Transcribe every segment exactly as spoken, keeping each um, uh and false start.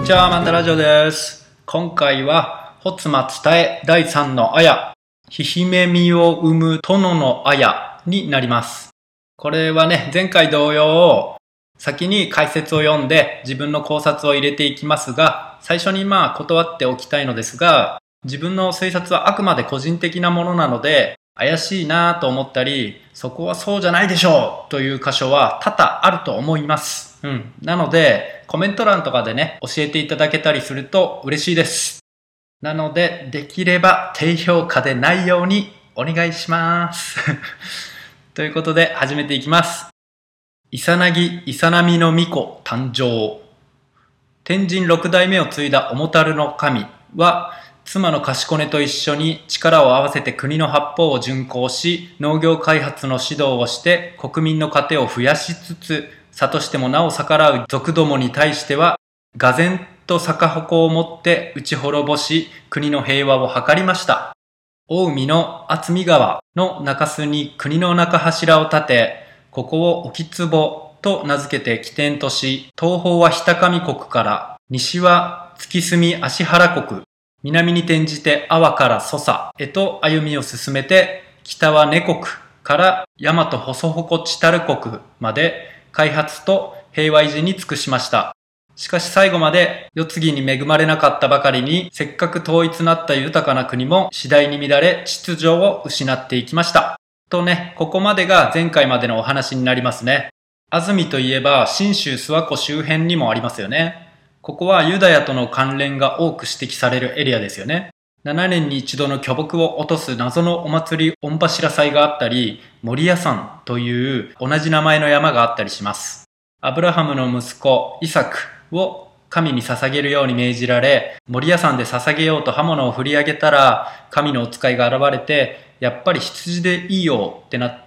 ちは、マンタラジオです。今回は、ホツマ伝え第三のあや、ひひめみを生む殿のあやになります。これはね、前回同様、先に解説を読んで自分の考察を入れていきますが、最初にまあ断っておきたいのですが、自分の推察はあくまで個人的なものなので、怪しいなと思ったり、そこはそうじゃないでしょうという箇所は多々あると思います。うん。なので、コメント欄とかでね、教えていただけたりすると嬉しいです。なので、できれば低評価でないようにお願いします。ということで、始めていきます。イサナギ、イサナミの巫女誕生。天神六代目を継いだ重樽の神は、妻の賢根と一緒に力を合わせて国の八方を巡行し、農業開発の指導をして国民の糧を増やしつつ、諭してもなお逆らう賊どもに対しては、俄然と逆矛を持って打ち滅ぼし、国の平和を図りました。大海の渥美川の中州に国の中柱を建て、ここを沖壺と名付けて起点とし、東方は日高見国から、西は月住芦原国、南に転じて阿波から蘇佐へと歩みを進めて、北は根国から大和細鉾千樽国まで開発と平和維持に尽くしました。しかし最後まで世継ぎに恵まれなかったばかりに、せっかく統一なった豊かな国も次第に乱れ秩序を失っていきました。とね、ここまでが前回までのお話になりますね。安住といえば信州諏訪湖周辺にもありますよね。ここはユダヤとの関連が多く指摘されるエリアですよね。ななねんに一度の巨木を落とす謎のお祭り御柱祭があったり、モリア山という同じ名前の山があったりします。アブラハムの息子イサクを神に捧げるように命じられ、モリア山で捧げようと刃物を振り上げたら、神のお使いが現れて、やっぱり羊でいいよってなって、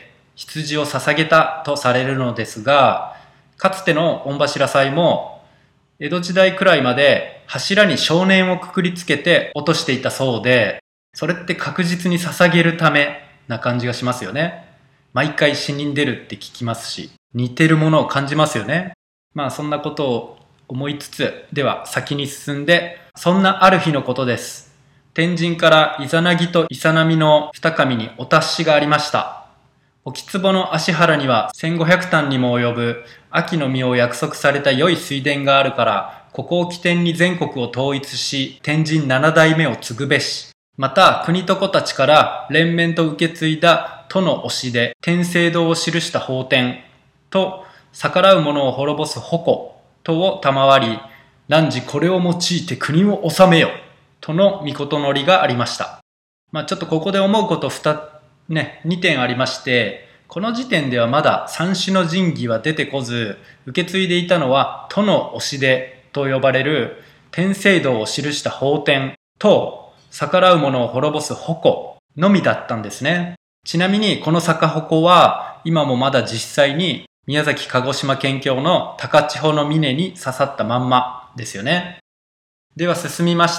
羊を捧げたとされるのですが、かつての御柱祭も、江戸時代くらいまで柱に少年をくくりつけて落としていたそうで、それって確実に捧げるためな感じがしますよね。毎回死人出るって聞きますし、似てるものを感じますよね。まあそんなことを思いつつ、では先に進んで、そんなある日のことです。天神からイザナギとイサナミの二神にお達しがありました。沖壺の芦原にはせんごひゃくたんにも及ぶ秋の実を約束された良い水田があるから、ここを起点に全国を統一し、天神七代目を継ぐべし。また、国と子たちから連綿と受け継いだ都の推しで、天聖堂を記した法典と、逆らう者を滅ぼす矛とを賜り、汝これを用いて国を治めよ、との御事のりがありました。まあちょっとここで思うこと二つ、ね、にてんありまして、この時点ではまだ三種の神器は出てこず、受け継いでいたのは都の押し出と呼ばれる天聖堂を記した法典と逆らう者を滅ぼす矛のみだったんですね。ちなみにこの逆矛は今もまだ実際に宮崎鹿児島県境の高千穂の峰に刺さったまんまですよね。では進みまして、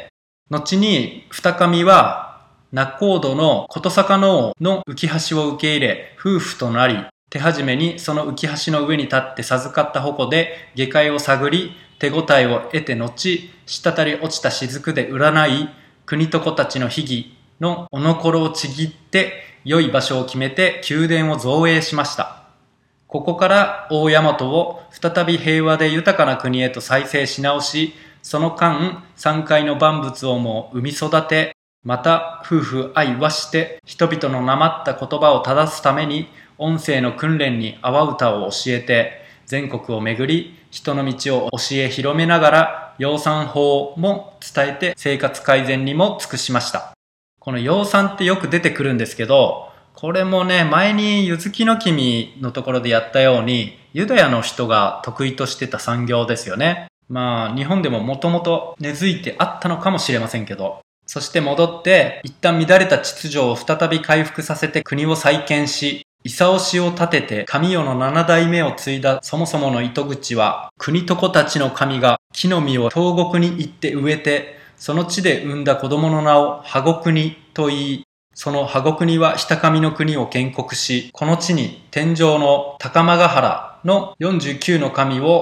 後に二神は仲人の琴坂の王の浮橋を受け入れ、夫婦となり、手始めにその浮橋の上に立って授かった矛で下界を探り、手応えを得て後、滴り落ちた雫で占い、国と子たちの秘儀のおのころをちぎって、良い場所を決めて宮殿を造営しました。ここから大大和を再び平和で豊かな国へと再生し直し、その間、三界の万物をも生み育て、また夫婦愛はして人々のなまった言葉を正すために音声の訓練に阿波歌を教えて全国を巡り人の道を教え広めながら養蚕法も伝えて生活改善にも尽くしました。この養蚕ってよく出てくるんですけど、これもね、前に柚木の君のところでやったようにユダヤの人が得意としてた産業ですよね。まあ日本でももともと根付いてあったのかもしれませんけど、そして戻って、一旦乱れた秩序を再び回復させて国を再建し、勲氏を立てて神代の七代目を継いだそもそもの糸口は、国と子たちの神が木の実を東国に行って植えて、その地で産んだ子供の名を羽国と言い、その羽国は日高見の国を建国し、この地に天上の高間ヶ原のよんじゅうきゅうの神を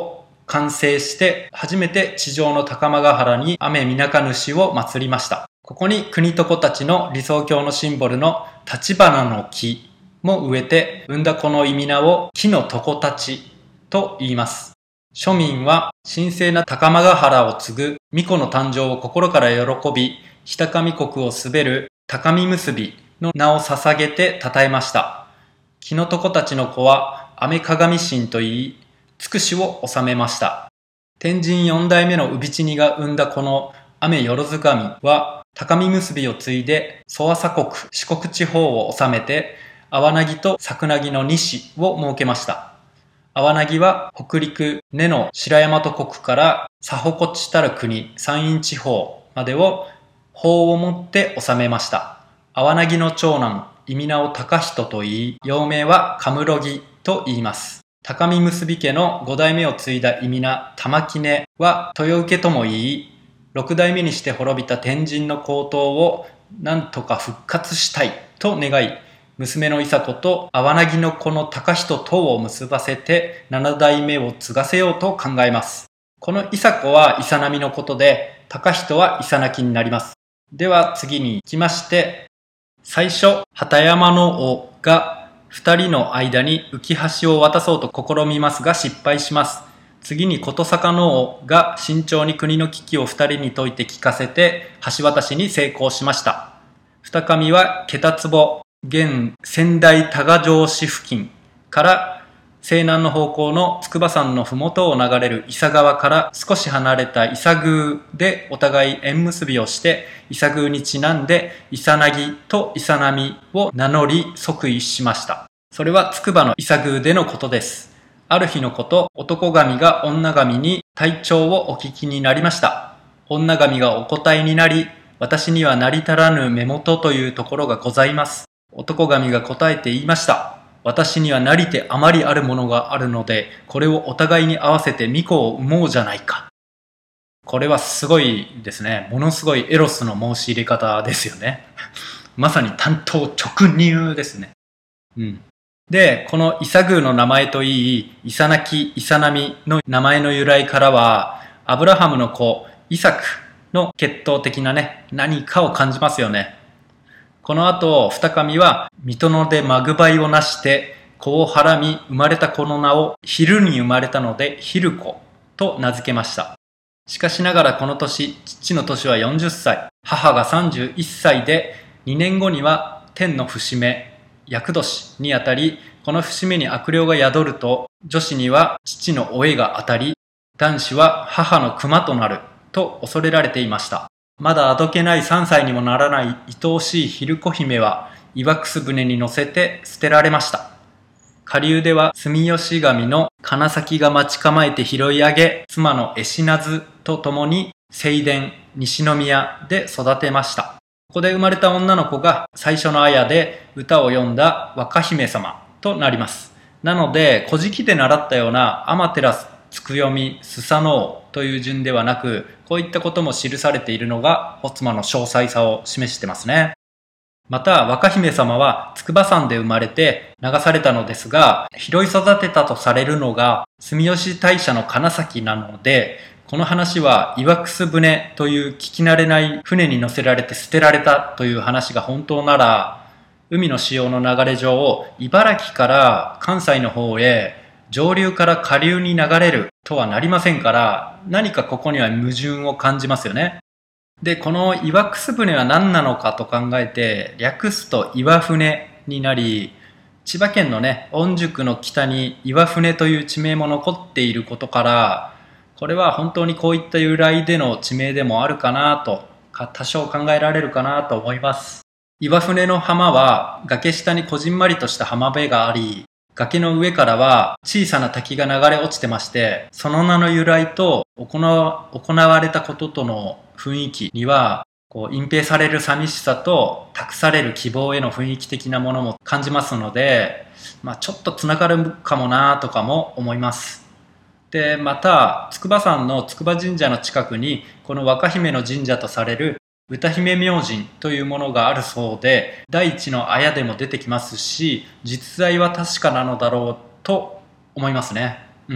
完成して初めて地上の高間ヶ原に雨みなか主を祀りました。ここに国と子たちの理想郷のシンボルの立花の木も植えて、生んだこの意味名を木の床たちと言います。庶民は神聖な高間ヶ原を継ぐ巫女の誕生を心から喜び、北上国を滑る高見結びの名を捧げて称えました。木の床たちの子は雨鏡神といい、つくしを治めました。天神四代目の産地にが生んだこの雨よろず神は、高見結びを継いで蘇阿鎖国、四国地方を治めて、粟薙と作薙の二市を設けました。粟薙は北陸根の白大和国から佐保こちたる国山陰地方までを法をもって治めました。粟薙の長男、意味名を高人と言い、幼名はカムロギと言います。高見結び家の五代目を継いだ意味名玉杵は豊受とも言い、六代目にして滅びた天神の皇統を何とか復活したいと願い、娘の伊佐子と粟薙の子の高人とを結ばせて七代目を継がせようと考えます。この伊佐子は伊佐波のことで、高人は伊佐亡になります。では次に行きまして、最初畑山の王が二人の間に浮橋を渡そうと試みますが失敗します。次に琴坂の王が慎重に国の危機を二人に説いて聞かせて橋渡しに成功しました。二上は桁壺、現仙台多賀城市付近から西南の方向の筑波山のふもとを流れる伊佐川から少し離れた伊佐宮でお互い縁結びをして、伊佐宮にちなんで伊佐薙と伊佐波を名乗り即位しました。それは筑波の伊佐宮でのことです。ある日のこと、男神が女神に体調をお聞きになりました。女神がお答えになり、私にはなり足らぬ目元というところがございます。男神が答えて言いました。私にはなりてあまりあるものがあるので、これをお互いに合わせて巫女を生もうじゃないか。これはすごいですね。ものすごいエロスの申し入れ方ですよね。まさに単刀直入ですね。うん。で、この伊佐宮の名前といい、伊佐泣、伊佐波の名前の由来からは、アブラハムの子、イサクの血統的なね、何かを感じますよね。この後、二上は、水戸野でマグバイをなして、子をはらみ、生まれた子の名を、昼に生まれたので、昼子と名付けました。しかしながらこの年、父の年はよんじゅっさい、母がさんじゅういっさいで、にねんごには天の節目、厄年にあたり、この節目に悪霊が宿ると、女子には父のおえが当たり、男子は母の熊となると恐れられていました。まだあどけないさんさいにもならない愛おしい昼子姫は、岩くす船に乗せて捨てられました。下流では住吉神の金崎が待ち構えて拾い上げ、妻の絵品津と共に正殿西宮で育てました。ここで生まれた女の子が最初の綾で歌を詠んだ若姫様となります。なので、古事記で習ったような天照つくよみスサノオという順ではなく、こういったことも記されているのがホツマの詳細さを示してますね。また、若姫様は筑波山で生まれて流されたのですが、拾い育てたとされるのが住吉大社の金崎なので、この話は岩くす船という聞き慣れない船に乗せられて捨てられたという話が本当なら、海の潮の流れ上、茨城から関西の方へ上流から下流に流れるとはなりませんから、何かここには矛盾を感じますよね。で、この岩くす船は何なのかと考えて、略すと岩船になり、千葉県のね、御宿の北に岩船という地名も残っていることから、これは本当にこういった由来での地名でもあるかなと、多少考えられるかなと思います。岩船の浜は崖下にこじんまりとした浜辺があり、崖の上からは小さな滝が流れ落ちてまして、その名の由来と行わ、行われたこととの雰囲気には、こう隠蔽される寂しさと託される希望への雰囲気的なものも感じますので、まあ、ちょっとつながるかもなとかも思います。で、また筑波山の筑波神社の近くにこの若姫の神社とされる歌姫明神というものがあるそうで、第一の綾でも出てきますし、実在は確かなのだろうと思いますね。うん。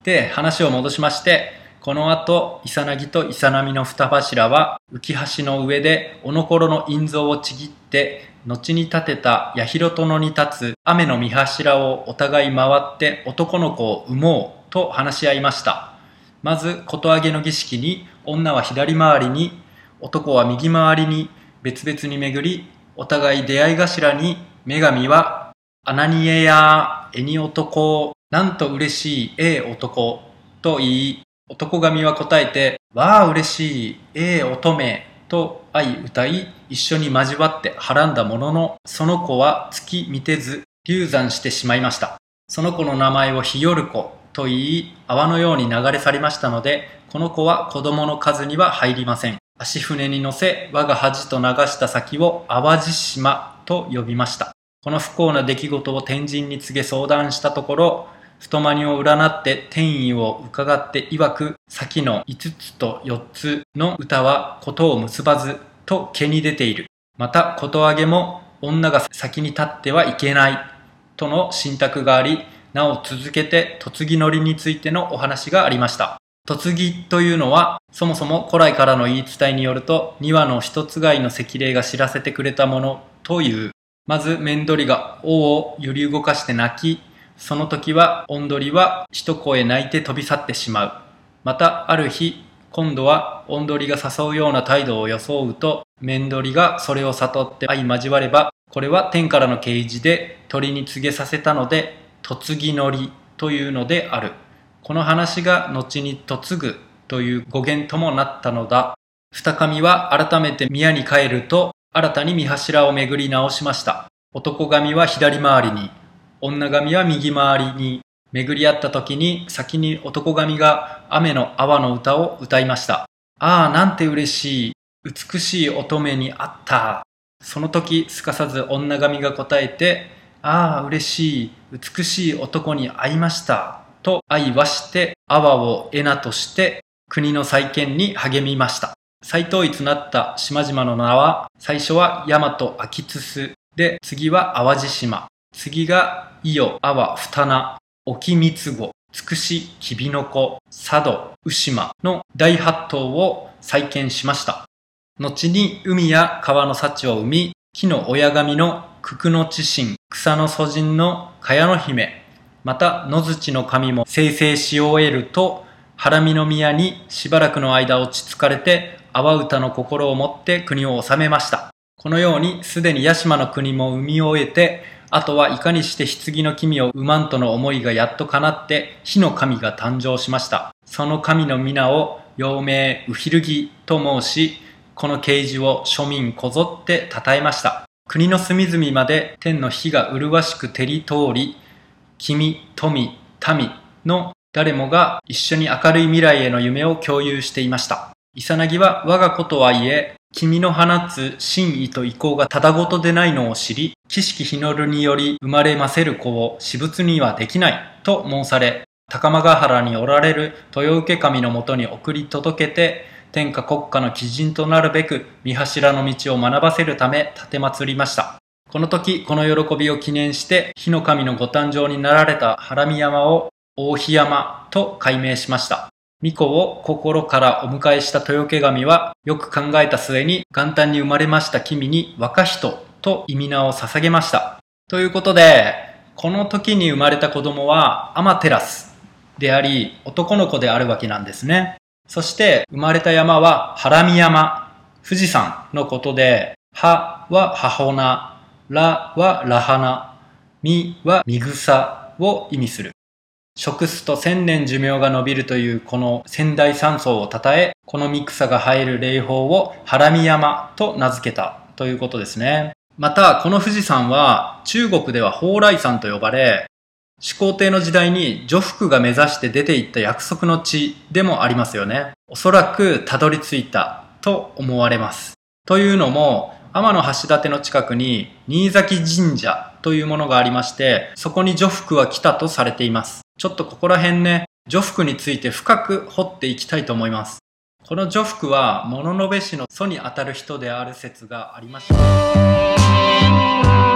で、話を戻しまして、この後、イサナギとイサナミの二柱は、浮橋の上で、おのころの印蔵をちぎって、後に建てた八広殿に立つ雨の御柱をお互い回って男の子を産もうと話し合いました。まず、ことあげの儀式に、女は左回りに、男は右回りに別々に巡り、お互い出会い頭に、女神は、アナニエやエニ男、なんと嬉しい、ええ男、と言い、男神は答えて、わあ嬉しい、ええ乙女、と相歌い、一緒に交わってはらんだものの、その子は月見てず、流産してしまいました。その子の名前をひよる子と言い、泡のように流れ去りましたので、この子は子供の数には入りません。足船に乗せ、我が恥と流した先を淡路島と呼びました。この不幸な出来事を天神に告げ相談したところ、太マニを占って天意を伺って曰く、先のいつつとよっつの歌はことを結ばずと毛に出ている。また、ことあげも女が先に立ってはいけないとの信託があり、なお続けて嫁ぎのりについてのお話がありました。嫁ぎというのは、そもそも古来からの言い伝えによると、にわの一つ貝の石霊が知らせてくれたものという。まず、面取りが尾を揺り動かして泣き、その時は、おんどりは一声泣いて飛び去ってしまう。また、ある日、今度は、おんどりが誘うような態度を装うと、面取りがそれを悟って相交われば、これは天からの啓示で鳥に告げさせたので、嫁ぎのりというのである。この話が後に嫁ぐという語源ともなったのだ。二神は改めて宮に帰ると、新たに御柱を巡り直しました。男神は左回りに、女神は右回りに巡り合った時に、先に男神が雨の泡の歌を歌いました。ああ、なんて嬉しい、美しい乙女に会った。その時、すかさず女神が答えて、ああ、嬉しい、美しい男に会いました。と相和して、泡をエナとして国の再建に励みました。再統一なった島々の名は、最初は大和秋津須で、次は淡路島。次が伊予、阿波、二名、沖三つ子、つくし、きびのこ、佐渡、牛島の大八島を再建しました。後に海や川の幸を生み、木の親神の九九の知神、草の祖神の茅の姫、また野槌の神も生成し終えると、原見宮にしばらくの間落ち着かれて、阿波歌の心を持って国を治めました。このようにすでに屋島の国も生み終えて、あとはいかにして棺の君を産まんとの思いがやっと叶って火の神が誕生しました。その神の皆を陽明ウヒルギと申し、この啓示を庶民こぞって称えました。国の隅々まで天の火が麗しく照り通り、君、富、民の誰もが一緒に明るい未来への夢を共有していました。イサナギは我が子とはいえ、君の放つ真意と意向がただごとでないのを知り、知識ひのるにより生まれませる子を私物にはできないと申され、高間ヶ原におられる豊受神のもとに送り届けて、天下国家の基準となるべく御柱の道を学ばせるため立て祭りました。この時、この喜びを記念して、火の神のご誕生になられた原見山を大檜山と改名しました。巫女を心からお迎えした豊受神は、よく考えた末に元旦に生まれました君に若人と意味名を捧げました。ということで、この時に生まれた子供はアマテラスであり、男の子であるわけなんですね。そして生まれた山は原見山、富士山のことで、はは母名、らはらはな、みはみ草を意味する。食すと千年寿命が延びるというこの仙台山荘を称え、この三草が生える霊峰を原見山と名付けたということですね。また、この富士山は中国では蓬莱山と呼ばれ、始皇帝の時代に徐福が目指して出ていった約束の地でもありますよね。おそらくたどり着いたと思われます。というのも、天橋立の近くに新崎神社というものがありまして、そこに徐福は来たとされています。ちょっとここら辺ね、徐福について深く掘っていきたいと思います。この徐福は物部氏の祖にあたる人である説がありました。